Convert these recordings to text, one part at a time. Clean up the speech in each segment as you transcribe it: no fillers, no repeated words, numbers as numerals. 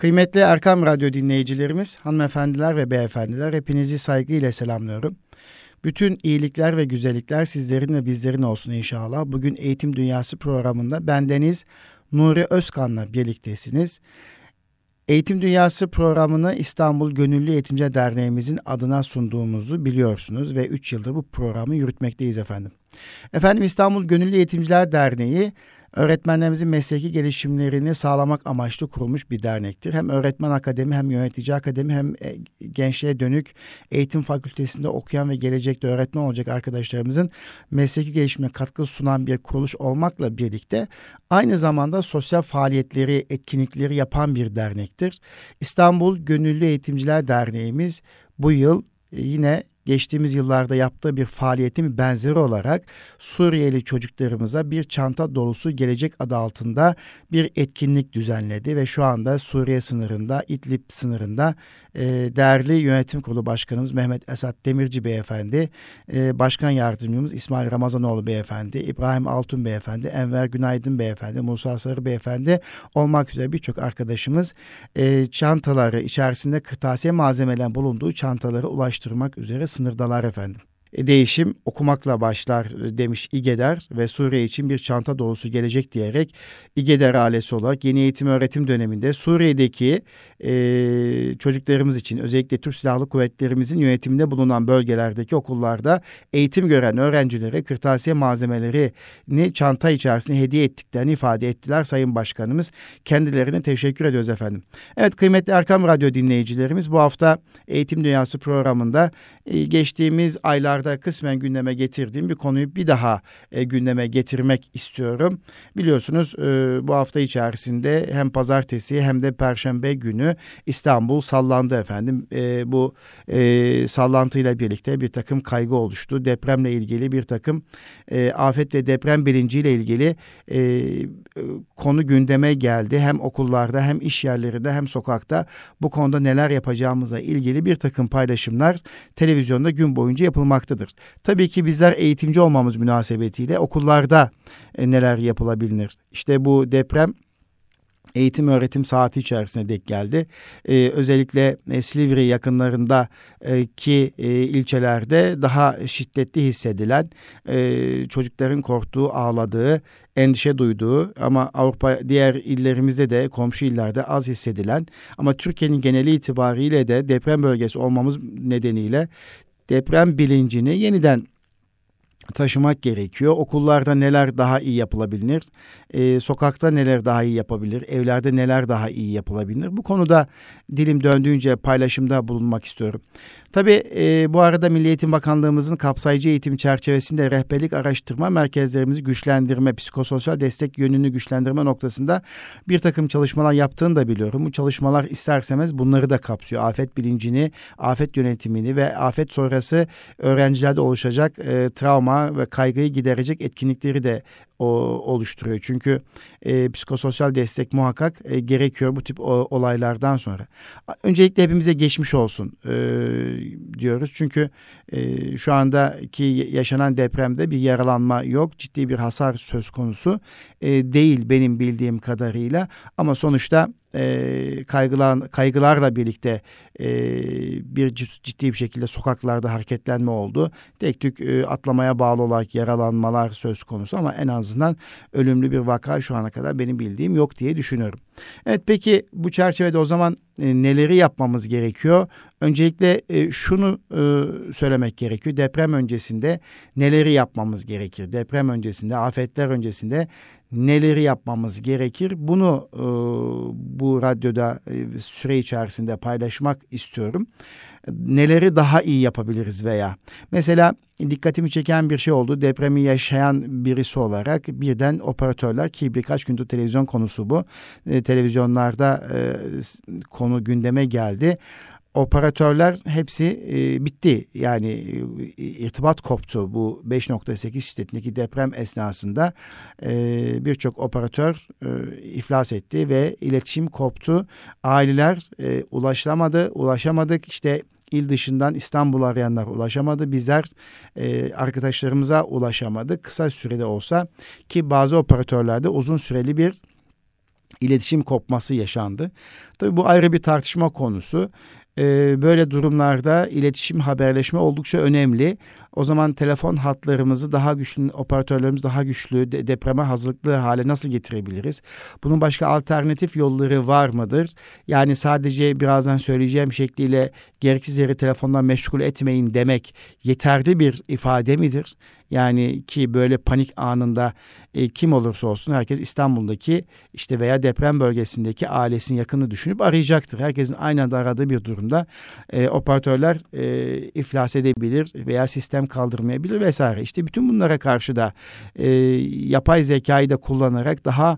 Kıymetli Erkam Radyo dinleyicilerimiz, hanımefendiler ve beyefendiler, hepinizi saygıyla selamlıyorum. Bütün iyilikler ve güzellikler sizlerin ve bizlerin olsun inşallah. Bugün Eğitim Dünyası programında bendeniz Nuri Özkan'la birliktesiniz. Eğitim Dünyası programını İstanbul Gönüllü Eğitimciler Derneğimizin adına sunduğumuzu biliyorsunuz ve 3 yıldır bu programı yürütmekteyiz efendim. Efendim, İstanbul Gönüllü Eğitimciler Derneği öğretmenlerimizin mesleki gelişimlerini sağlamak amaçlı kurulmuş bir dernektir. Hem öğretmen akademi, hem yönetici akademi, hem gençliğe dönük eğitim fakültesinde okuyan ve gelecekte öğretmen olacak arkadaşlarımızın mesleki gelişimine katkı sunan bir kuruluş olmakla birlikte aynı zamanda sosyal faaliyetleri, etkinlikleri yapan bir dernektir. İstanbul Gönüllü Eğitimciler Derneğimiz bu yıl yine geçtiğimiz yıllarda yaptığı bir faaliyetin benzeri olarak Suriyeli çocuklarımıza bir çanta dolusu gelecek adı altında bir etkinlik düzenledi ve şu anda Suriye sınırında, İdlib sınırında değerli yönetim kurulu başkanımız Mehmet Esat Demirci beyefendi, başkan yardımcımız İsmail Ramazanoğlu beyefendi, İbrahim Altun beyefendi, Enver Günaydın beyefendi, Musa Sarı beyefendi olmak üzere birçok arkadaşımız çantaları, içerisinde kırtasiye malzemelerin bulunduğu çantaları ulaştırmak üzere sınırdalar efendim. Değişim okumakla başlar demiş İGEDER ve Suriye için bir çanta dolusu gelecek diyerek İGEDER ailesi olarak yeni eğitim öğretim döneminde Suriye'deki çocuklarımız için, özellikle Türk Silahlı Kuvvetlerimizin yönetiminde bulunan bölgelerdeki okullarda eğitim gören öğrencilere kırtasiye malzemelerini çanta içerisinde hediye ettiklerini ifade ettiler Sayın Başkanımız. Kendilerine teşekkür ediyoruz efendim. Evet, kıymetli Erkam Radyo dinleyicilerimiz, bu hafta Eğitim Dünyası programında geçtiğimiz aylarda kısmen gündeme getirdiğim bir konuyu bir daha gündeme getirmek istiyorum. Biliyorsunuz bu hafta içerisinde hem pazartesi hem de perşembe günü İstanbul sallandı efendim. Bu sallantıyla birlikte bir takım kaygı oluştu. Depremle ilgili bir takım afet ve deprem bilinciyle ilgili konu gündeme geldi. Hem okullarda, hem iş yerlerinde, hem sokakta bu konuda neler yapacağımızla ilgili bir takım paylaşımlar televizyonda gün boyunca yapılmaktadır. Tabii ki bizler eğitimci olmamız münasebetiyle okullarda neler yapılabilir? İşte bu deprem eğitim öğretim saati içerisine denk geldi. Özellikle Silivri yakınlarındaki ilçelerde daha şiddetli hissedilen, çocukların korktuğu, ağladığı, endişe duyduğu ama Avrupa diğer illerimizde de, komşu illerde az hissedilen ama Türkiye'nin geneli itibariyle de deprem bölgesi olmamız nedeniyle deprem bilincini yeniden taşımak gerekiyor. Okullarda neler daha iyi yapılabilir? Sokakta neler daha iyi yapabilir? Evlerde neler daha iyi yapılabilir? Bu konuda dilim döndüğünce paylaşımda bulunmak istiyorum. Tabii bu arada Milli Eğitim Bakanlığımızın kapsayıcı eğitim çerçevesinde rehberlik araştırma merkezlerimizi güçlendirme, psikososyal destek yönünü güçlendirme noktasında bir takım çalışmalar yaptığını da biliyorum. Bu çalışmalar isterseniz bunları da kapsıyor. Afet bilincini, afet yönetimini ve afet sonrası öğrencilerde oluşacak travma ve kaygıyı giderecek etkinlikleri de oluşturuyor. Çünkü psikososyal destek muhakkak gerekiyor bu tip olaylardan sonra. Öncelikle hepimize geçmiş olsun diyoruz. Çünkü şu andaki yaşanan depremde bir yaralanma yok. Ciddi bir hasar söz konusu değil benim bildiğim kadarıyla. Ama sonuçta kaygılarla birlikte bir ciddi bir şekilde sokaklarda hareketlenme oldu. Tek tük atlamaya bağlı olarak yaralanmalar söz konusu ama en azından ölümlü bir vaka şu ana kadar benim bildiğim yok diye düşünüyorum. Evet, peki bu çerçevede o zaman neleri yapmamız gerekiyor? Öncelikle şunu söylemek gerekiyor. Deprem öncesinde neleri yapmamız gerekir? Deprem öncesinde, afetler öncesinde neleri yapmamız gerekir? Bunu bu radyoda süre içerisinde paylaşmak istiyorum. Neleri daha iyi yapabiliriz veya mesela dikkatimi çeken bir şey oldu. Depremi yaşayan birisi olarak birden operatörler, ki birkaç gündür televizyon konusu bu. Televizyonlarda konu gündeme geldi. Operatörler hepsi bitti. Yani irtibat koptu bu 5.8 şiddetindeki deprem esnasında. Birçok operatör iflas etti ve iletişim koptu. Aileler ulaşamadık. İşte il dışından İstanbul'u arayanlar ulaşamadı. Bizler arkadaşlarımıza ulaşamadık. Kısa sürede olsa, ki bazı operatörlerde uzun süreli bir iletişim kopması yaşandı. Tabii bu ayrı bir tartışma konusu. Böyle durumlarda iletişim, haberleşme oldukça önemli. O zaman telefon hatlarımızı daha güçlü, operatörlerimiz daha güçlü, depreme hazırlıklı hale nasıl getirebiliriz? Bunun başka alternatif yolları var mıdır? Yani sadece birazdan söyleyeceğim şekliyle gereksiz yere telefondan meşgul etmeyin demek yeterli bir ifade midir? Yani ki böyle panik anında kim olursa olsun herkes İstanbul'daki işte veya deprem bölgesindeki ailesinin yakını düşünüp arayacaktır. Herkesin aynı anda aradığı bir durumda operatörler iflas edebilir veya sistem kaldırmayabilir vesaire. İşte bütün bunlara karşı da yapay zekayı da kullanarak daha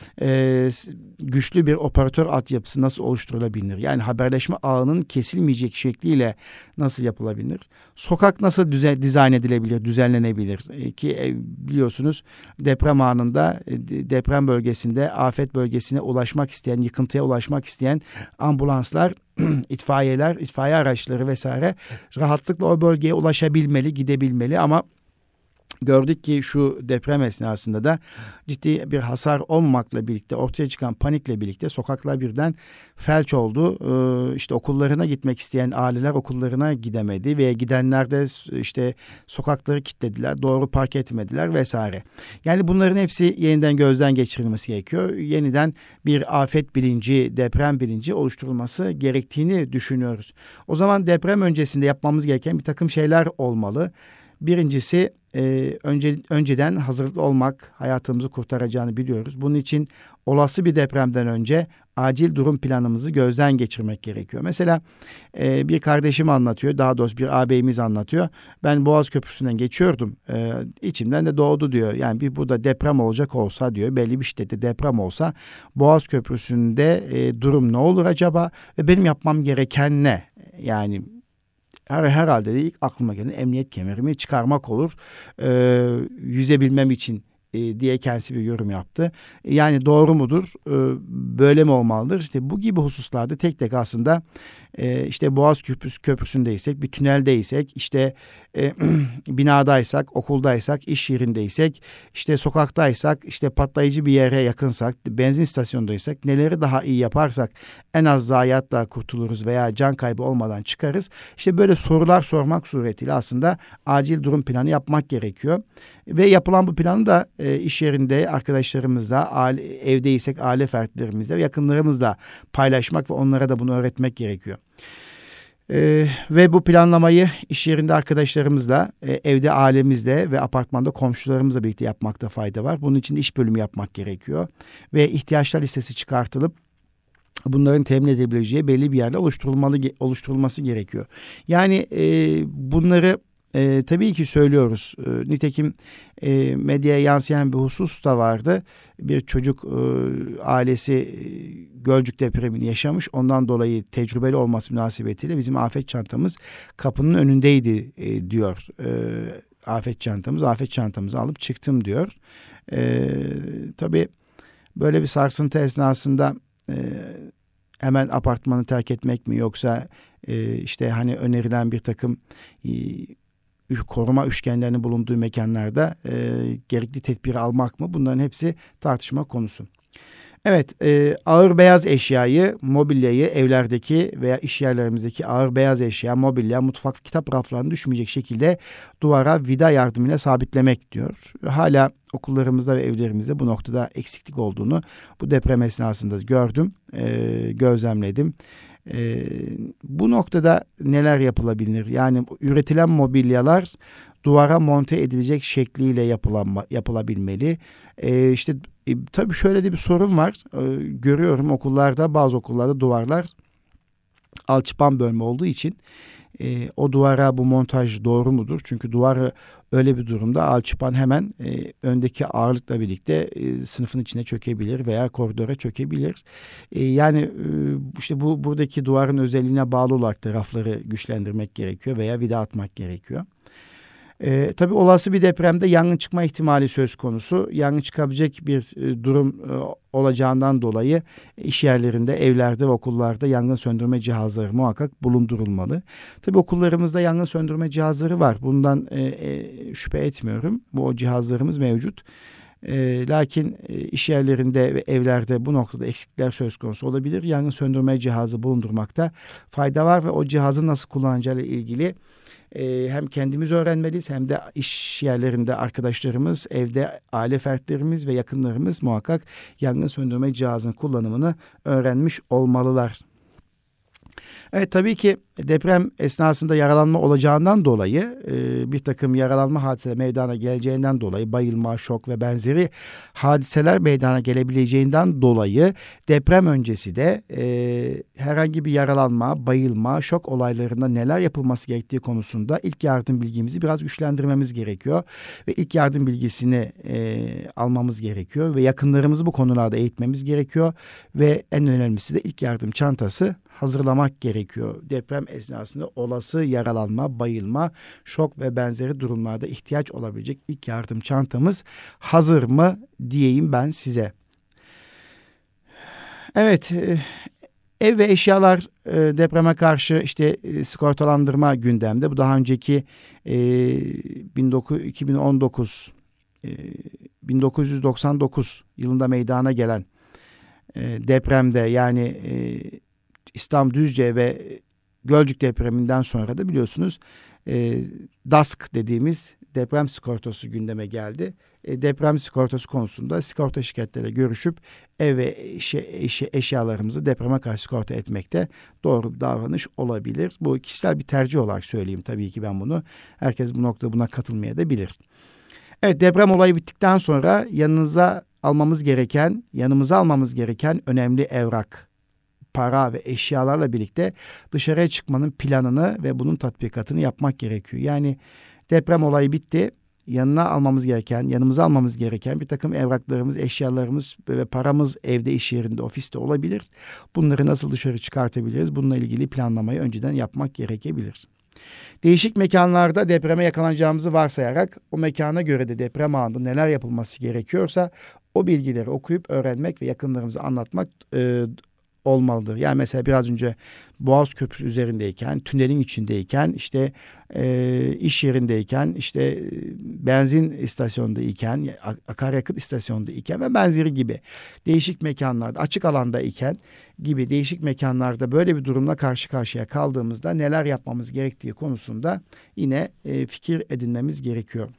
güçlü bir operatör altyapısı nasıl oluşturulabilir? Yani haberleşme ağının kesilmeyecek şekliyle nasıl yapılabilir? Sokak nasıl dizayn edilebilir, düzenlenebilir? Ki biliyorsunuz deprem anında deprem bölgesinde, afet bölgesine ulaşmak isteyen, yıkıntıya ulaşmak isteyen ambulanslar, itfaiyeler, itfaiye araçları vesaire rahatlıkla o bölgeye ulaşabilmeli, gidebilmeli ama gördük ki şu deprem esnasında da ciddi bir hasar olmamakla birlikte ortaya çıkan panikle birlikte sokaklar birden felç oldu. İşte okullarına gitmek isteyen aileler okullarına gidemedi ve gidenler de işte sokakları kilitlediler, doğru park etmediler vesaire. Yani bunların hepsi yeniden gözden geçirilmesi gerekiyor. Yeniden bir afet bilinci, deprem bilinci oluşturulması gerektiğini düşünüyoruz. O zaman deprem öncesinde yapmamız gereken bir takım şeyler olmalı. Birincisi önceden hazırlıklı olmak hayatımızı kurtaracağını biliyoruz. Bunun için olası bir depremden önce acil durum planımızı gözden geçirmek gerekiyor. Mesela bir kardeşim anlatıyor, daha doğrusu bir ağabeyimiz anlatıyor. Ben Boğaz Köprüsü'nden geçiyordum. İçimden de doğdu diyor. Yani bir burada deprem olacak olsa diyor, belli bir şiddette deprem olsa Boğaz Köprüsü'nde durum ne olur acaba? Ve benim yapmam gereken ne? Yani herhalde de ilk aklıma gelen emniyet kemerimi çıkarmak olur. Yüzebilmem için diye kendisi bir yorum yaptı. Yani doğru mudur? Böyle mi olmalıdır? İşte bu gibi hususlarda tek tek aslında işte Boğaz Köprüsü'ndeysek, bir tüneldeysek, işte binadaysak, okuldaysak, iş yerindeysek, işte sokaktaysak, işte patlayıcı bir yere yakınsak, benzin istasyonundaysak neleri daha iyi yaparsak en az zayiatla kurtuluruz veya can kaybı olmadan çıkarız. İşte böyle sorular sormak suretiyle aslında acil durum planı yapmak gerekiyor. Ve yapılan bu planı da iş yerinde arkadaşlarımızla, evdeysek aile fertlerimizle ve yakınlarımızla paylaşmak ve onlara da bunu öğretmek gerekiyor. Ve bu planlamayı iş yerinde arkadaşlarımızla, evde ailemizle ve apartmanda komşularımızla birlikte yapmakta fayda var. Bunun için iş bölümü yapmak gerekiyor. Ve ihtiyaçlar listesi çıkartılıp bunların temin edebileceği belli bir yerde oluşturulması gerekiyor. Yani bunları tabii ki söylüyoruz. Nitekim medyaya yansıyan bir husus da vardı. Bir çocuk ailesi Gölcük depremini yaşamış. Ondan dolayı tecrübeli olması münasebetiyle bizim afet çantamız kapının önündeydi diyor. Afet çantamızı alıp çıktım diyor. Tabii böyle bir sarsıntı esnasında hemen apartmanı terk etmek mi yoksa işte hani önerilen bir takım koruma üçgenlerinin bulunduğu mekanlarda gerekli tedbiri almak mı? Bunların hepsi tartışma konusu. Evet, ağır beyaz eşyayı, mobilyayı evlerdeki veya iş yerlerimizdeki ağır beyaz eşya, mobilya, mutfak, kitap raflarına düşmeyecek şekilde duvara vida yardımıyla sabitlemek diyor. Hala okullarımızda ve evlerimizde bu noktada eksiklik olduğunu bu deprem esnasında gördüm, gözlemledim. Bu noktada neler yapılabilir? Yani üretilen mobilyalar duvara monte edilecek şekliyle yapılabilmeli. İşte tabii şöyle de bir sorun var. Görüyorum bazı okullarda duvarlar alçıpan bölme olduğu için o duvara bu montaj doğru mudur? Çünkü duvar öyle bir durumda alçıpan hemen öndeki ağırlıkla birlikte sınıfın içine çökebilir veya koridora çökebilir. Yani işte buradaki duvarın özelliğine bağlı olarak da rafları güçlendirmek gerekiyor veya vida atmak gerekiyor. Tabii olası bir depremde yangın çıkma ihtimali söz konusu. Yangın çıkabilecek bir durum olacağından dolayı iş yerlerinde, evlerde ve okullarda yangın söndürme cihazları muhakkak bulundurulmalı. Tabii okullarımızda yangın söndürme cihazları var. Bundan şüphe etmiyorum. O cihazlarımız mevcut. Lakin iş yerlerinde ve evlerde bu noktada eksiklikler söz konusu olabilir. Yangın söndürme cihazı bulundurmakta fayda var ve o cihazı nasıl kullanacağıyla ilgili hem kendimiz öğrenmeliyiz hem de iş yerlerinde arkadaşlarımız, evde aile fertlerimiz ve yakınlarımız muhakkak yangın söndürme cihazının kullanımını öğrenmiş olmalılar. Evet, tabii ki deprem esnasında yaralanma olacağından dolayı bir takım yaralanma hadiseleri meydana geleceğinden dolayı bayılma, şok ve benzeri hadiseler meydana gelebileceğinden dolayı deprem öncesi de herhangi bir yaralanma, bayılma, şok olaylarında neler yapılması gerektiği konusunda ilk yardım bilgimizi biraz güçlendirmemiz gerekiyor. Ve ilk yardım bilgisini almamız gerekiyor ve yakınlarımızı bu konularda eğitmemiz gerekiyor. Ve en önemlisi de ilk yardım çantası hazırlamak gerekiyor. Deprem esnasında olası yaralanma, bayılma, şok ve benzeri durumlarda ihtiyaç olabilecek ilk yardım çantamız hazır mı diyeyim ben size. Evet, ev ve eşyalar depreme karşı işte sigortalandırma gündemde. Bu daha önceki 1999 yılında meydana gelen depremde, yani İstanbul Düzce ve Gölcük depreminden sonra da biliyorsunuz DASK dediğimiz deprem sigortası gündeme geldi. Deprem sigortası konusunda sigorta şirketleriyle görüşüp ev ve eşyalarımızı depreme karşı sigorta etmekte doğru bir davranış olabilir. Bu kişisel bir tercih olarak söyleyeyim tabii ki ben bunu. Herkes bu noktada buna katılmaya da bilir. Evet, deprem olayı bittikten sonra yanımıza almamız gereken önemli evrak, para ve eşyalarla birlikte dışarıya çıkmanın planını ve bunun tatbikatını yapmak gerekiyor. Yani deprem olayı bitti. Yanımıza almamız gereken bir takım evraklarımız, eşyalarımız ve paramız evde, iş yerinde, ofiste olabilir. Bunları nasıl dışarı çıkartabiliriz? Bununla ilgili planlamayı önceden yapmak gerekebilir. Değişik mekanlarda depreme yakalanacağımızı varsayarak o mekana göre de deprem anında neler yapılması gerekiyorsa o bilgileri okuyup öğrenmek ve yakınlarımıza anlatmak olmalıdır. Yani mesela biraz önce Boğaz Köprüsü üzerindeyken, tünelin içindeyken, işte iş yerindeyken, işte benzin istasyonundayken, akaryakıt istasyonundayken ve benzeri gibi değişik mekanlarda, açık alandayken gibi değişik mekanlarda böyle bir durumla karşı karşıya kaldığımızda neler yapmamız gerektiği konusunda yine fikir edinmemiz gerekiyor.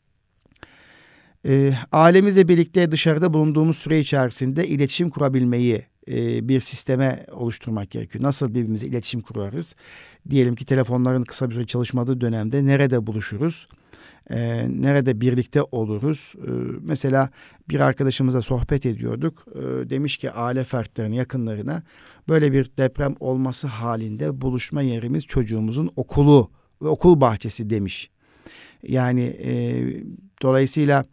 Ailemizle birlikte dışarıda bulunduğumuz süre içerisinde iletişim kurabilmeyi bir sisteme oluşturmak gerekiyor. Nasıl birbirimize iletişim kurarız? Diyelim ki telefonların kısa bir süre çalışmadığı dönemde nerede buluşuruz? Nerede birlikte oluruz? Mesela bir arkadaşımızla sohbet ediyorduk. Demiş ki aile fertlerine, yakınlarına böyle bir deprem olması halinde buluşma yerimiz çocuğumuzun okulu ve okul bahçesi demiş. Yani dolayısıyla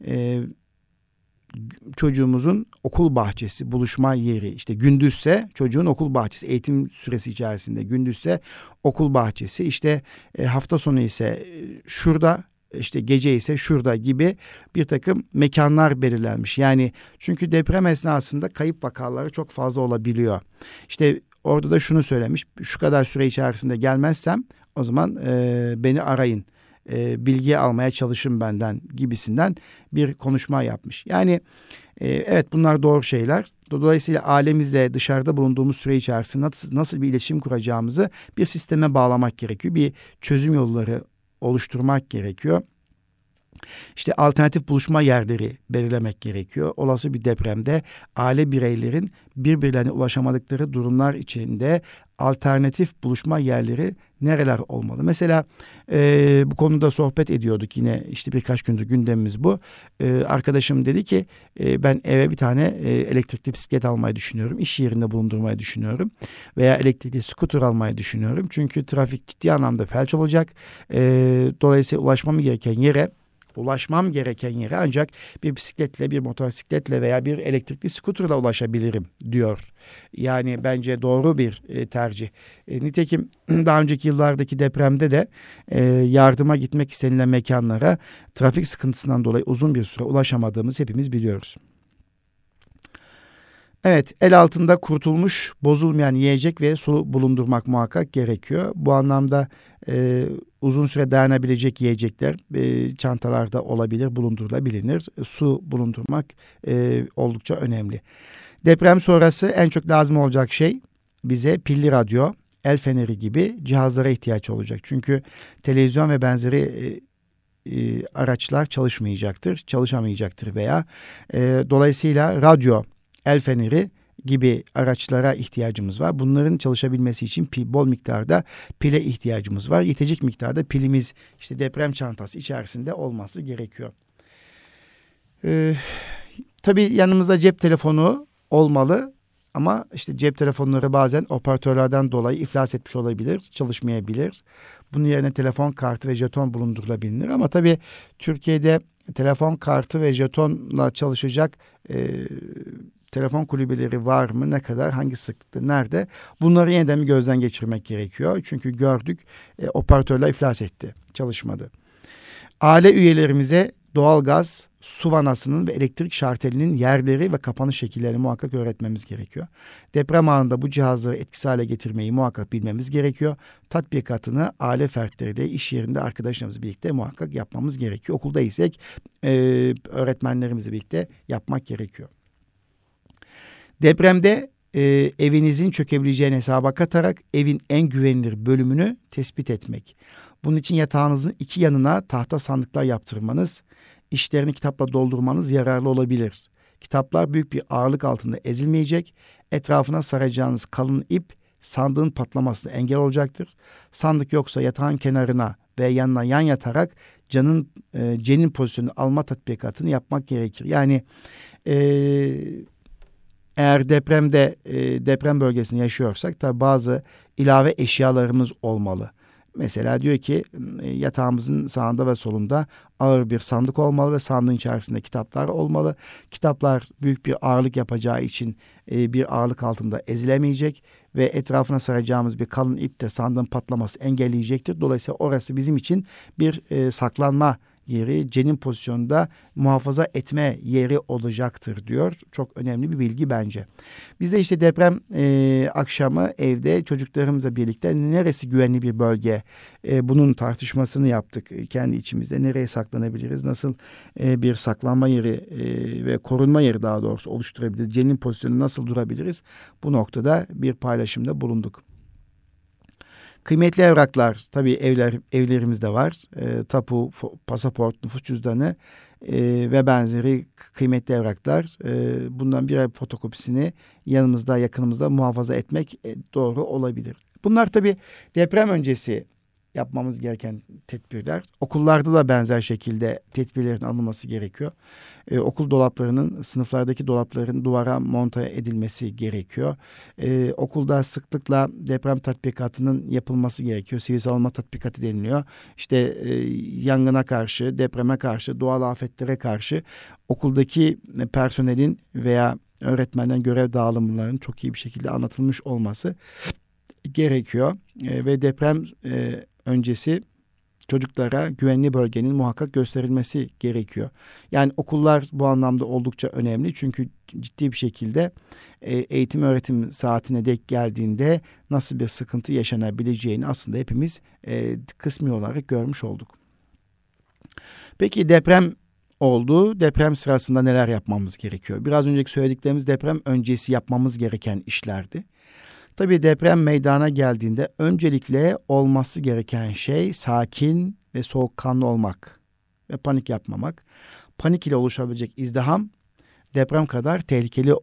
çocuğumuzun okul bahçesi, buluşma yeri, işte gündüzse çocuğun okul bahçesi, eğitim süresi içerisinde gündüzse okul bahçesi, işte hafta sonu ise şurada, işte gece ise şurada gibi bir takım mekanlar belirlenmiş. Yani çünkü deprem esnasında kayıp vakaları çok fazla olabiliyor. İşte orada da şunu söylemiş: şu kadar süre içerisinde gelmezsem o zaman beni arayın. Bilgi almaya çalışın benden gibisinden bir konuşma yapmış. Yani evet, bunlar doğru şeyler. Dolayısıyla ailemizle dışarıda bulunduğumuz süre içerisinde nasıl bir iletişim kuracağımızı bir sisteme bağlamak gerekiyor. Bir çözüm yolları oluşturmak gerekiyor. İşte alternatif buluşma yerleri belirlemek gerekiyor. Olası bir depremde aile bireylerin birbirlerine ulaşamadıkları durumlar içinde alternatif buluşma yerleri nereler olmalı? Mesela bu konuda sohbet ediyorduk yine, işte birkaç gündür gündemimiz bu. Arkadaşım dedi ki ben eve bir tane elektrikli bisiklet almayı düşünüyorum. İş yerinde bulundurmayı düşünüyorum. Veya elektrikli scooter almayı düşünüyorum. Çünkü trafik ciddi anlamda felç olacak. Dolayısıyla ulaşmam gereken yere ancak bir bisikletle, bir motosikletle veya bir elektrikli skuterla ulaşabilirim diyor. Yani bence doğru bir tercih. Nitekim daha önceki yıllardaki depremde de yardıma gitmek istenilen mekanlara trafik sıkıntısından dolayı uzun bir süre ulaşamadığımız hepimiz biliyoruz. Evet, el altında kurutulmuş, bozulmayan yiyecek ve su bulundurmak muhakkak gerekiyor. Bu anlamda uzun süre dayanabilecek yiyecekler çantalarda olabilir, bulundurulabilir. Su bulundurmak oldukça önemli. Deprem sonrası en çok lazım olacak şey bize pilli radyo, el feneri gibi cihazlara ihtiyaç olacak. Çünkü televizyon ve benzeri araçlar çalışamayacaktır veya dolayısıyla radyo, el feneri gibi araçlara ihtiyacımız var. Bunların çalışabilmesi için bol miktarda pile ihtiyacımız var. Yetecek miktarda pilimiz işte deprem çantası içerisinde olması gerekiyor. Tabii yanımızda cep telefonu olmalı ama işte cep telefonları bazen operatörlerden dolayı iflas etmiş olabilir, çalışmayabilir. Bunun yerine telefon kartı ve jeton bulundurulabilir ama tabii Türkiye'de telefon kartı ve jetonla çalışacak telefon kulübeleri var mı? Ne kadar? Hangi sıklıkta? Nerede? Bunları yeniden bir gözden geçirmek gerekiyor. Çünkü gördük operatörler iflas etti. Çalışmadı. Aile üyelerimize doğalgaz, su vanasının ve elektrik şartelinin yerleri ve kapanış şekillerini muhakkak öğretmemiz gerekiyor. Deprem anında bu cihazları etkisiz hale getirmeyi muhakkak bilmemiz gerekiyor. Tatbikatını aile fertleriyle, iş yerinde arkadaşlarımızla birlikte muhakkak yapmamız gerekiyor. Okulda isek öğretmenlerimizle birlikte yapmak gerekiyor. Depremde evinizin çökebileceğini hesaba katarak evin en güvenilir bölümünü tespit etmek. Bunun için yatağınızın iki yanına tahta sandıklar yaptırmanız, işlerini kitapla doldurmanız yararlı olabilir. Kitaplar büyük bir ağırlık altında ezilmeyecek, etrafına saracağınız kalın ip sandığın patlamasına engel olacaktır. Sandık yoksa yatağın kenarına ve yanına yan yatarak cenin pozisyonunu alma tatbikatını yapmak gerekir. Yani eğer deprem bölgesinde yaşıyorsak tabi bazı ilave eşyalarımız olmalı. Mesela diyor ki yatağımızın sağında ve solunda ağır bir sandık olmalı ve sandığın içerisinde kitaplar olmalı. Kitaplar büyük bir ağırlık yapacağı için bir ağırlık altında ezilemeyecek ve etrafına saracağımız bir kalın ip de sandığın patlaması engelleyecektir. Dolayısıyla orası bizim için bir saklanma yeri, cenin pozisyonunda muhafaza etme yeri olacaktır diyor. Çok önemli bir bilgi bence. Biz de işte deprem akşamı evde çocuklarımızla birlikte neresi güvenli bir bölge bunun tartışmasını yaptık kendi içimizde. Nereye saklanabiliriz, nasıl bir saklanma yeri ve korunma yeri daha doğrusu oluşturabiliriz, cenin pozisyonu nasıl durabiliriz, bu noktada bir paylaşımda bulunduk. Kıymetli evraklar tabii evlerimizde var. Tapu, pasaport, nüfus cüzdanı ve benzeri kıymetli evraklar. Bundan birer fotokopisini yanımızda, yakınımızda muhafaza etmek doğru olabilir. Bunlar tabii deprem öncesi yapmamız gereken tedbirler. Okullarda da benzer şekilde tedbirlerin alınması gerekiyor. Okul dolaplarının, sınıflardaki dolapların duvara monte edilmesi gerekiyor. Okulda sıklıkla deprem tatbikatının yapılması gerekiyor. Sivil savunma tatbikatı deniliyor. İşte yangına karşı, depreme karşı, doğal afetlere karşı okuldaki personelin veya öğretmenlerin görev dağılımlarının çok iyi bir şekilde anlatılmış olması gerekiyor. Ve deprem öncesi çocuklara güvenli bölgenin muhakkak gösterilmesi gerekiyor. Yani okullar bu anlamda oldukça önemli. Çünkü ciddi bir şekilde eğitim öğretim saatine denk geldiğinde nasıl bir sıkıntı yaşanabileceğini aslında hepimiz kısmi olarak görmüş olduk. Peki deprem oldu. Deprem sırasında neler yapmamız gerekiyor? Biraz önceki söylediklerimiz deprem öncesi yapmamız gereken işlerdi. Tabii deprem meydana geldiğinde öncelikle olması gereken şey sakin ve soğukkanlı olmak ve panik yapmamak. Panik ile oluşabilecek izdiham deprem kadar tehlikeli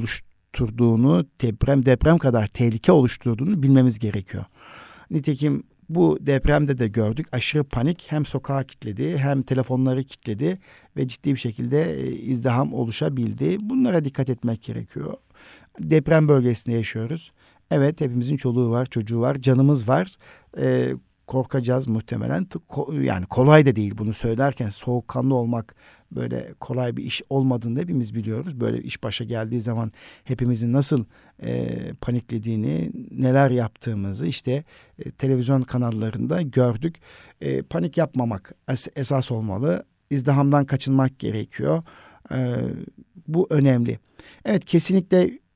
deprem kadar tehlike oluşturduğunu bilmemiz gerekiyor. Nitekim bu depremde de gördük. Aşırı panik hem sokağa kilitledi hem telefonları kilitledi ve ciddi bir şekilde izdiham oluşabildi. Bunlara dikkat etmek gerekiyor. Deprem bölgesinde yaşıyoruz. Evet, hepimizin çoluğu var, çocuğu var, canımız var. Korkacağız muhtemelen. Yani kolay da değil bunu söylerken, soğukkanlı olmak böyle kolay bir iş olmadığını hepimiz biliyoruz. Böyle iş başa geldiği zaman hepimizin nasıl paniklediğini, neler yaptığımızı işte televizyon kanallarında gördük. Panik yapmamak esas olmalı. İzdihamdan kaçınmak gerekiyor. Bu önemli. Evet, kesinlikle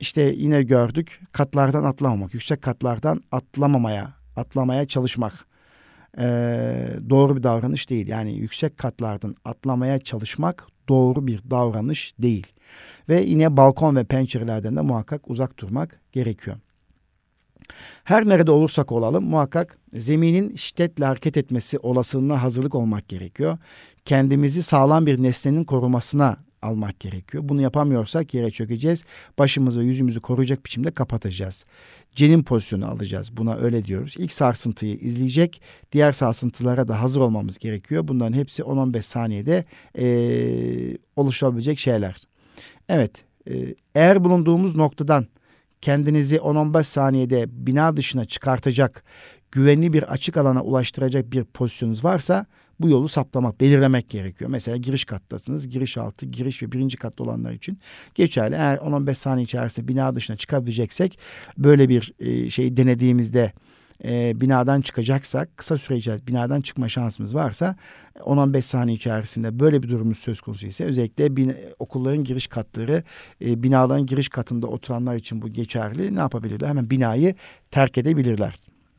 işte yine gördük, katlardan atlamamak, yüksek katlardan atlamaya çalışmak doğru bir davranış değil. Yani yüksek katlardan atlamaya çalışmak doğru bir davranış değil. Ve yine balkon ve pencerelerden de muhakkak uzak durmak gerekiyor. Her nerede olursak olalım muhakkak zeminin şiddetle hareket etmesi olasılığına hazırlık olmak gerekiyor. Kendimizi sağlam bir nesnenin korumasına almak gerekiyor. Bunu yapamıyorsak yere çökeceğiz. Başımızı ve yüzümüzü koruyacak biçimde kapatacağız. Cenin pozisyonu alacağız. Buna öyle diyoruz. İlk sarsıntıyı izleyecek. Diğer sarsıntılara da hazır olmamız gerekiyor. Bunların hepsi 10-15 saniyede oluşabilecek şeyler. Evet, eğer bulunduğumuz noktadan kendinizi 10-15 saniyede bina dışına çıkartacak, güvenli bir açık alana ulaştıracak bir pozisyonunuz varsa bu yolu saptamak, belirlemek gerekiyor. Mesela giriş kattasınız. Giriş altı, giriş ve birinci katta olanlar için geçerli. Eğer 10-15 saniye içerisinde bina dışına çıkabileceksek, böyle bir şeyi denediğimizde binadan çıkacaksak, kısa süre içerisinde binadan çıkma şansımız varsa 10-15 saniye içerisinde böyle bir durumumuz söz konusu ise özellikle okulların giriş katları, binaların giriş katında oturanlar için bu geçerli. Ne yapabilirler? Hemen binayı terk edebilirler.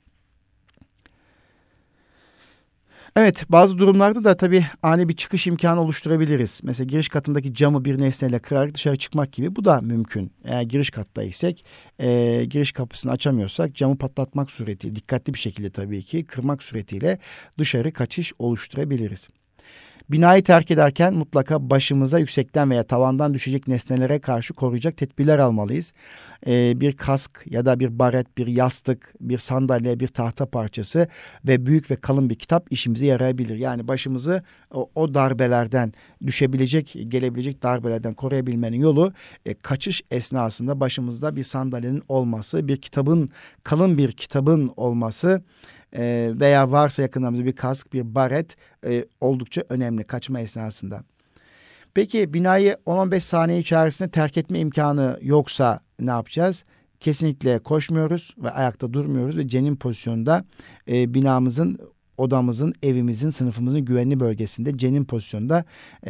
Evet, bazı durumlarda da tabii ani bir çıkış imkanı oluşturabiliriz. Mesela giriş katındaki camı bir nesneyle kırarak dışarı çıkmak gibi, bu da mümkün. Eğer giriş kattaysak, giriş kapısını açamıyorsak camı patlatmak suretiyle, dikkatli bir şekilde tabii ki kırmak suretiyle dışarı kaçış oluşturabiliriz. Binayı terk ederken mutlaka başımıza yüksekten veya tavandan düşecek nesnelere karşı koruyacak tedbirler almalıyız. Bir kask ya da bir baret, bir yastık, bir sandalye, bir tahta parçası ve büyük ve kalın bir kitap işimize yarayabilir. Yani başımızı o darbelerden, gelebilecek darbelerden koruyabilmenin yolu kaçış esnasında başımızda bir sandalyenin olması, kalın bir kitabın olması veya varsa yakınlarımızda bir kask, bir baret oldukça önemli kaçma esnasında. Peki binayı 10-15 saniye içerisinde terk etme imkanı yoksa ne yapacağız? Kesinlikle koşmuyoruz ve ayakta durmuyoruz ve cenin pozisyonunda binamızın, odamızın, evimizin, sınıfımızın güvenli bölgesinde cenin pozisyonunda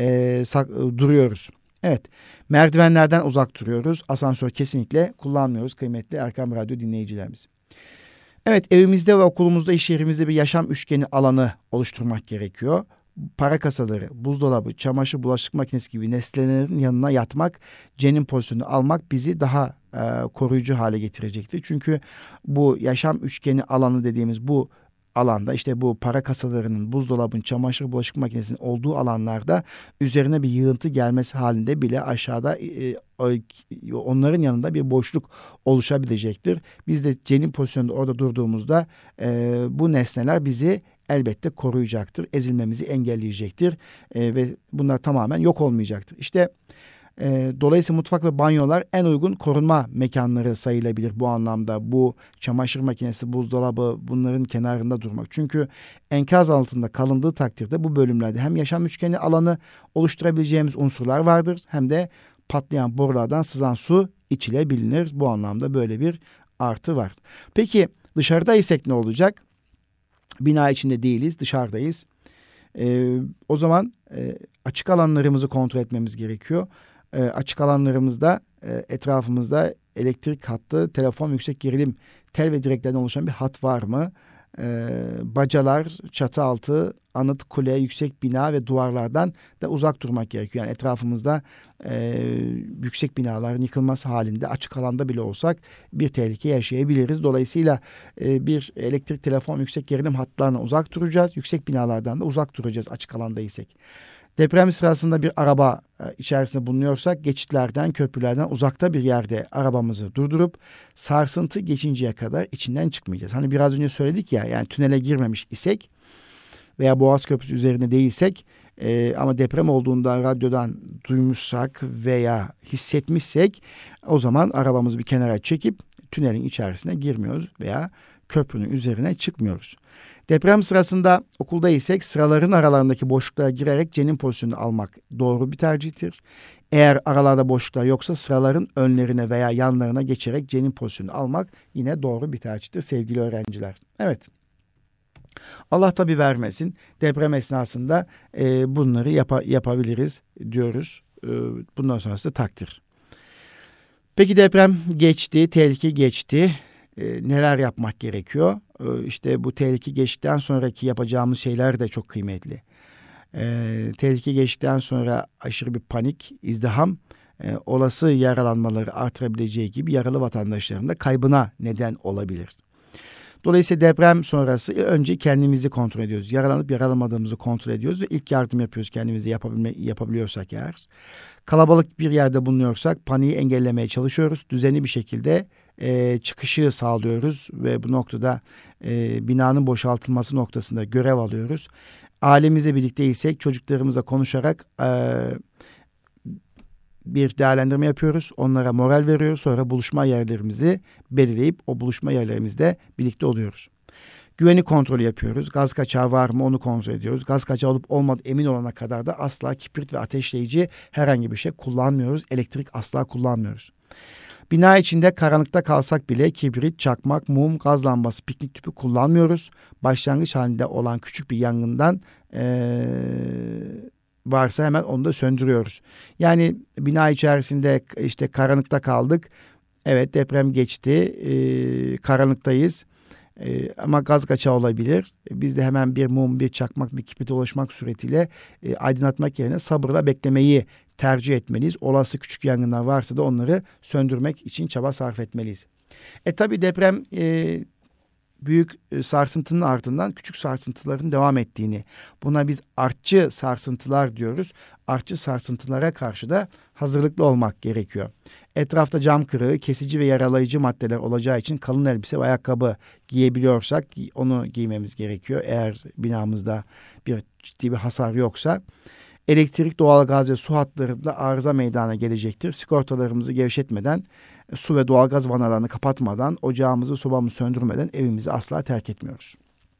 duruyoruz. Evet, merdivenlerden uzak duruyoruz. Asansör kesinlikle kullanmıyoruz kıymetli Erkam Radyo dinleyicilerimiz. Evet, evimizde ve okulumuzda, iş yerimizde bir yaşam üçgeni alanı oluşturmak gerekiyor. Para kasaları, buzdolabı, çamaşır, bulaşık makinesi gibi nesnelerin yanına yatmak, cenin pozisyonunu almak bizi daha koruyucu hale getirecektir. Çünkü bu yaşam üçgeni alanı dediğimiz bu alanda, işte bu para kasalarının, buzdolabın, çamaşır, bulaşık makinesinin olduğu alanlarda üzerine bir yığıntı gelmesi halinde bile aşağıda onların yanında bir boşluk oluşabilecektir. Biz de cenin pozisyonunda orada durduğumuzda bu nesneler bizi elbette koruyacaktır. Ezilmemizi engelleyecektir ve bunlar tamamen yok olmayacaktır. İşte dolayısıyla mutfak ve banyolar en uygun korunma mekanları sayılabilir bu anlamda. Bu çamaşır makinesi, buzdolabı, bunların kenarında durmak. Çünkü enkaz altında kalındığı takdirde bu bölümlerde hem yaşam üçgeni alanı oluşturabileceğimiz unsurlar vardır, hem de patlayan borulardan sızan su içilebilir. Bu anlamda böyle bir artı var. Peki dışarıdaysak ne olacak? Bina içinde değiliz, dışarıdayız. O zaman açık alanlarımızı kontrol etmemiz gerekiyor. Açık alanlarımızda etrafımızda elektrik hattı, telefon, yüksek gerilim, tel ve direklerden oluşan bir hat var mı? Bacalar, çatı altı, anıt, kule, yüksek bina ve duvarlardan da uzak durmak gerekiyor. Yani etrafımızda yüksek binaların yıkılması halinde açık alanda bile olsak bir tehlike yaşayabiliriz. Dolayısıyla bir elektrik, telefon, yüksek gerilim hatlarına uzak duracağız. Yüksek binalardan da uzak duracağız açık alandaysak. Deprem sırasında bir araba içerisinde bulunuyorsak geçitlerden, köprülerden uzakta bir yerde arabamızı durdurup sarsıntı geçinceye kadar içinden çıkmayacağız. Hani biraz önce söyledik ya, yani tünele girmemiş isek veya Boğaz Köprüsü üzerinde değilsek ama deprem olduğunda radyodan duymuşsak veya hissetmişsek o zaman arabamızı bir kenara çekip tünelin içerisine girmiyoruz veya köprünün üzerine çıkmıyoruz. Deprem sırasında okuldaysak sıraların aralarındaki boşluklara girerek cenin pozisyonunu almak doğru bir tercihtir. Eğer aralarda boşluklar yoksa sıraların önlerine veya yanlarına geçerek cenin pozisyonunu almak yine doğru bir tercihtir sevgili öğrenciler. Evet. Allah tabii vermesin. Deprem esnasında bunları yapabiliriz diyoruz. Bundan sonrası da takdir. Peki deprem geçti, tehlike geçti. Neler yapmak gerekiyor? İşte bu tehlike geçtikten sonraki yapacağımız şeyler de çok kıymetli. Tehlike geçtikten sonra aşırı bir panik, izdiham, olası yaralanmaları artırabileceği gibi yaralı vatandaşların da kaybına neden olabilir. Dolayısıyla deprem sonrası önce kendimizi kontrol ediyoruz. Yaralanıp yaralanmadığımızı kontrol ediyoruz ve ilk yardım yapıyoruz kendimizi yapabiliyorsak eğer. Kalabalık bir yerde bulunuyorsak paniği engellemeye çalışıyoruz. Düzenli bir şekilde çıkışı sağlıyoruz ve bu noktada binanın boşaltılması noktasında görev alıyoruz. Ailemizle birlikteysek çocuklarımızla konuşarak bir değerlendirme yapıyoruz. Onlara moral veriyoruz. Sonra buluşma yerlerimizi belirleyip o buluşma yerlerimizde birlikte oluyoruz. Güvenlik kontrolü yapıyoruz. Gaz kaçağı var mı onu kontrol ediyoruz. Gaz kaçağı olup olmadığı emin olana kadar da asla kibrit ve ateşleyici herhangi bir şey kullanmıyoruz. Elektrik asla kullanmıyoruz. Bina içinde karanlıkta kalsak bile kibrit, çakmak, mum, gaz lambası, piknik tüpü kullanmıyoruz. Başlangıç halinde olan küçük bir yangından varsa hemen onu da söndürüyoruz. Yani bina içerisinde işte karanlıkta kaldık. Evet deprem geçti. Karanlıktayız. Ama gaz kaçağı olabilir. Biz de hemen bir mum, bir çakmak, bir kibrit ulaşmak suretiyle aydınlatmak yerine sabırla beklemeyi tercih etmeliyiz. Olası küçük yangınlar varsa da onları söndürmek için çaba sarf etmeliyiz. Tabii deprem büyük sarsıntının ardından küçük sarsıntıların devam ettiğini, buna biz artçı sarsıntılar diyoruz. Artçı sarsıntılara karşı da hazırlıklı olmak gerekiyor. Etrafta cam kırığı, kesici ve yaralayıcı maddeler olacağı için kalın elbise ve ayakkabı giyebiliyorsak onu giymemiz gerekiyor. Eğer binamızda ciddi bir hasar yoksa. Elektrik, doğalgaz ve su hatlarında arıza meydana gelecektir. Sigortalarımızı gevşetmeden, su ve doğalgaz vanalarını kapatmadan, ocağımızı, sobamızı söndürmeden evimizi asla terk etmiyoruz.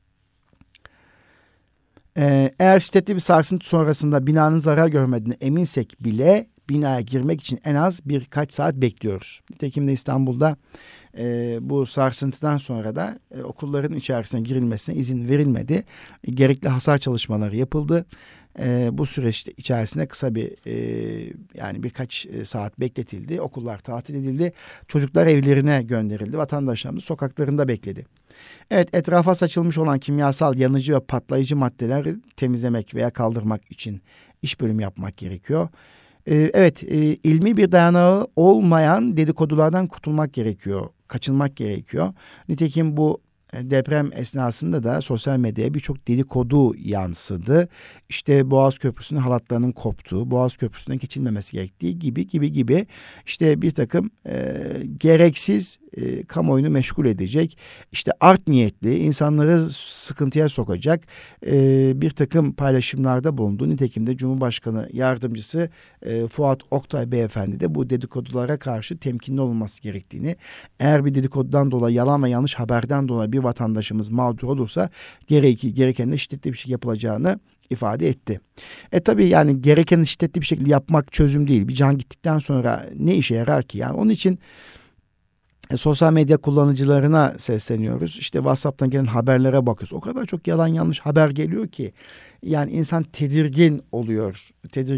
Eğer şiddetli bir sarsıntı sonrasında binanın zarar görmediğine eminsek bile binaya girmek için en az birkaç saat bekliyoruz. Nitekim de İstanbul'da bu sarsıntıdan sonra da okulların içerisine girilmesine izin verilmedi. Gerekli hasar çalışmaları yapıldı. Bu süreç içerisinde kısa bir yani birkaç saat bekletildi. Okullar tatil edildi. Çocuklar evlerine gönderildi. Vatandaşlarımız sokaklarında bekledi. Evet, etrafa saçılmış olan kimyasal, yanıcı ve patlayıcı maddeleri temizlemek veya kaldırmak için iş bölümü yapmak gerekiyor. Evet, ilmi bir dayanağı olmayan dedikodulardan kurtulmak gerekiyor. Kaçınmak gerekiyor. Nitekim bu deprem esnasında da sosyal medyaya birçok dedikodu yansıdı. İşte Boğaz Köprüsü'nün halatlarının koptuğu, Boğaz Köprüsü'nden geçilmemesi gerektiği gibi işte bir takım gereksiz kamuoyunu meşgul edecek, işte art niyetli insanları sıkıntıya sokacak bir takım paylaşımlarda bulundu. Nitekim de Cumhurbaşkanı Yardımcısı Fuat Oktay Beyefendi de bu dedikodulara karşı temkinli olması gerektiğini, eğer bir dedikodudan dolayı, yalan ve yanlış haberden dolayı bir vatandaşımız mağdur olursa gereken de şiddetli bir şey yapılacağını ifade etti. Tabii yani gereken şiddetli bir şekilde yapmak çözüm değil. Bir can gittikten sonra ne işe yarar ki? Yani onun için sosyal medya kullanıcılarına sesleniyoruz. İşte WhatsApp'tan gelen haberlere bakıyoruz. O kadar çok yalan yanlış haber geliyor ki yani insan tedirgin oluyor.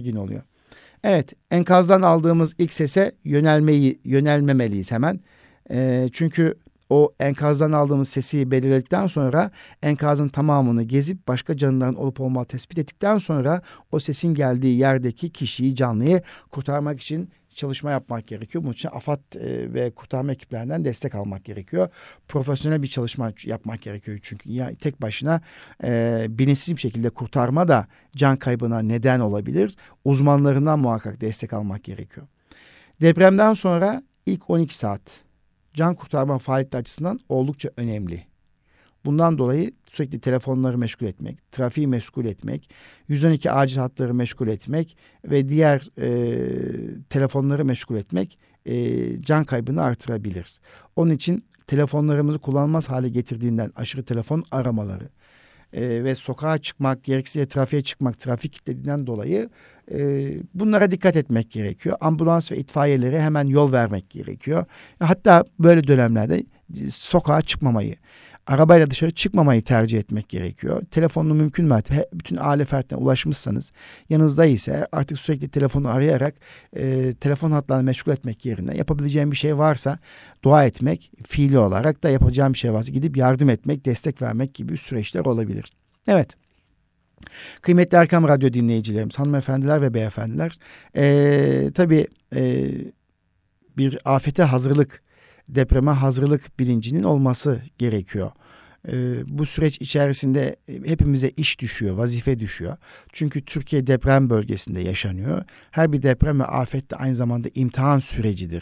Evet, enkazdan aldığımız ilk sese yönelmemeliyiz hemen. Çünkü o enkazdan aldığımız sesi belirledikten sonra enkazın tamamını gezip başka canlıların olup olmadığı tespit ettikten sonra o sesin geldiği yerdeki kişiyi, canlıyı kurtarmak için çalışma yapmak gerekiyor. Bunun için AFAD ve kurtarma ekiplerinden destek almak gerekiyor. Profesyonel bir çalışma yapmak gerekiyor. Çünkü ya tek başına bilinçsiz bir şekilde kurtarma da can kaybına neden olabilir. Uzmanlarından muhakkak destek almak gerekiyor. Depremden sonra ilk 12 saat can kurtarma faaliyeti açısından oldukça önemli. Bundan dolayı sürekli telefonları meşgul etmek, trafiği meşgul etmek, 112 acil hatları meşgul etmek ve diğer telefonları meşgul etmek can kaybını artırabilir. Onun için telefonlarımızı kullanılmaz hale getirdiğinden aşırı telefon aramaları ve sokağa çıkmak, gerekirse trafiğe çıkmak, trafik kilitlediğinden dolayı bunlara dikkat etmek gerekiyor. Ambulans ve itfaiyelere hemen yol vermek gerekiyor. Hatta böyle dönemlerde sokağa çıkmamayı, Arabayla dışarı çıkmamayı tercih etmek gerekiyor. Telefonunu mümkün mertebe bütün aile fertlerine ulaşmışsanız, yanınızda ise artık sürekli telefonu arayarak telefon hatlarını meşgul etmek yerine yapabileceğim bir şey varsa dua etmek, fiili olarak da yapacağım bir şey varsa gidip yardım etmek, destek vermek gibi süreçler olabilir. Evet. Kıymetli Erkam Radyo dinleyicilerimiz, hanımefendiler ve beyefendiler, tabii bir afete hazırlık, depreme hazırlık bilincinin olması gerekiyor. Bu süreç içerisinde hepimize iş düşüyor, vazife düşüyor. Çünkü Türkiye deprem bölgesinde yaşanıyor. Her bir deprem ve afet de aynı zamanda imtihan sürecidir.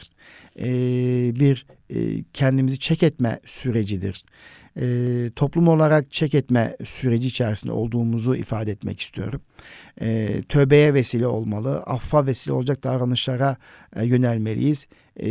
Kendimizi çek etme sürecidir. Toplum olarak çek etme süreci içerisinde olduğumuzu ifade etmek istiyorum. Tövbeye vesile olmalı, affa vesile olacak davranışlara yönelmeliyiz.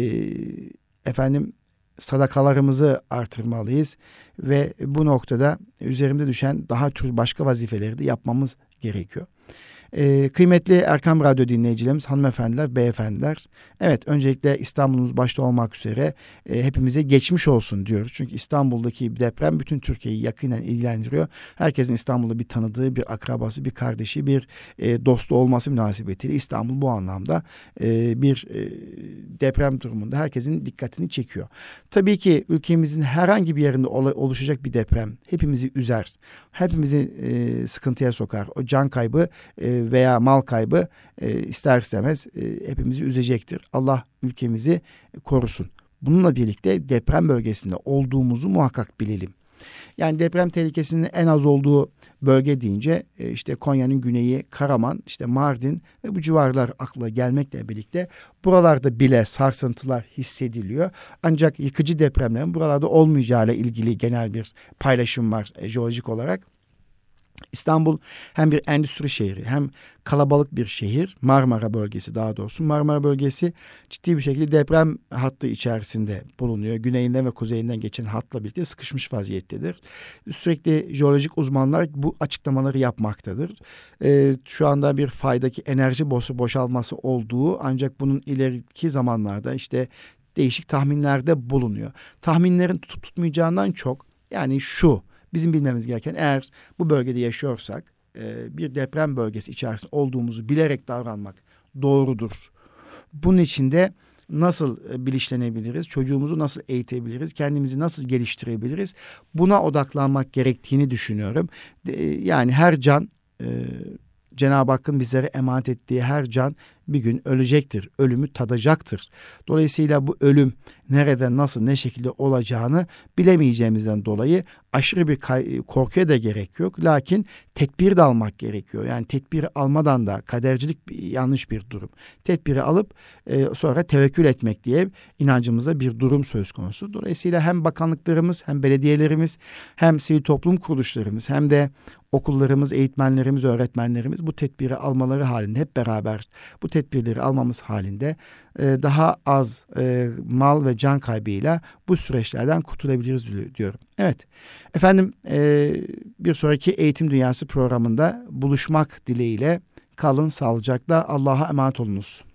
Sadakalarımızı artırmalıyız ve bu noktada üzerimde düşen daha tür başka vazifeleri de yapmamız gerekiyor. Kıymetli Erkam Radyo dinleyicilerimiz, hanımefendiler, beyefendiler. Evet, öncelikle İstanbul'umuz başta olmak üzere hepimize geçmiş olsun diyoruz. Çünkü İstanbul'daki bir deprem bütün Türkiye'yi yakinen ilgilendiriyor. Herkesin İstanbul'da bir tanıdığı, bir akrabası, bir kardeşi, bir dostu olması münasebetiyle İstanbul bu anlamda bir deprem durumunda herkesin dikkatini çekiyor. Tabii ki ülkemizin herhangi bir yerinde oluşacak bir deprem hepimizi üzer. Hepimizi sıkıntıya sokar. O can kaybı veya mal kaybı ister istemez hepimizi üzecektir. Allah ülkemizi korusun. Bununla birlikte deprem bölgesinde olduğumuzu muhakkak bilelim. Yani deprem tehlikesinin en az olduğu bölge deyince işte Konya'nın güneyi, Karaman, işte Mardin ve bu civarlar akla gelmekle birlikte buralarda bile sarsıntılar hissediliyor. Ancak yıkıcı depremlerin buralarda olmayacağıyla ilgili genel bir paylaşım var jeolojik olarak. İstanbul hem bir endüstri şehri hem kalabalık bir şehir. Marmara bölgesi, daha doğrusu Marmara bölgesi ciddi bir şekilde deprem hattı içerisinde bulunuyor. Güneyinden ve kuzeyinden geçen hatla birlikte sıkışmış vaziyettedir. Sürekli jeolojik uzmanlar bu açıklamaları yapmaktadır. Şu anda bir faydaki enerji boşalması olduğu, ancak bunun ileriki zamanlarda işte değişik tahminlerde bulunuyor. Tahminlerin tutup tutmayacağından çok, yani bizim bilmemiz gereken, eğer bu bölgede yaşıyorsak bir deprem bölgesi içerisinde olduğumuzu bilerek davranmak doğrudur. Bunun için de nasıl bilinçlenebiliriz, çocuğumuzu nasıl eğitebiliriz, kendimizi nasıl geliştirebiliriz, buna odaklanmak gerektiğini düşünüyorum. Yani her can, Cenab-ı Hakk'ın bizlere emanet ettiği her can bir gün ölecektir, ölümü tadacaktır. Dolayısıyla bu ölüm nerede, nasıl, ne şekilde olacağını bilemeyeceğimizden dolayı aşırı bir korkuya da gerek yok. Lakin tedbir de almak gerekiyor. Yani tedbiri almadan da kadercilik yanlış bir durum. Tedbiri alıp sonra tevekkül etmek diye inancımızda bir durum söz konusu. Dolayısıyla hem bakanlıklarımız, hem belediyelerimiz, hem sivil toplum kuruluşlarımız, hem de okullarımız, eğitmenlerimiz, öğretmenlerimiz bu tedbiri almaları halinde, hep beraber bu tedbirleri almamız halinde daha az mal ve can kaybıyla bu süreçlerden kurtulabiliriz diyorum. Evet efendim, bir sonraki Eğitim Dünyası programında buluşmak dileğiyle kalın sağlıcakla, Allah'a emanet olunuz.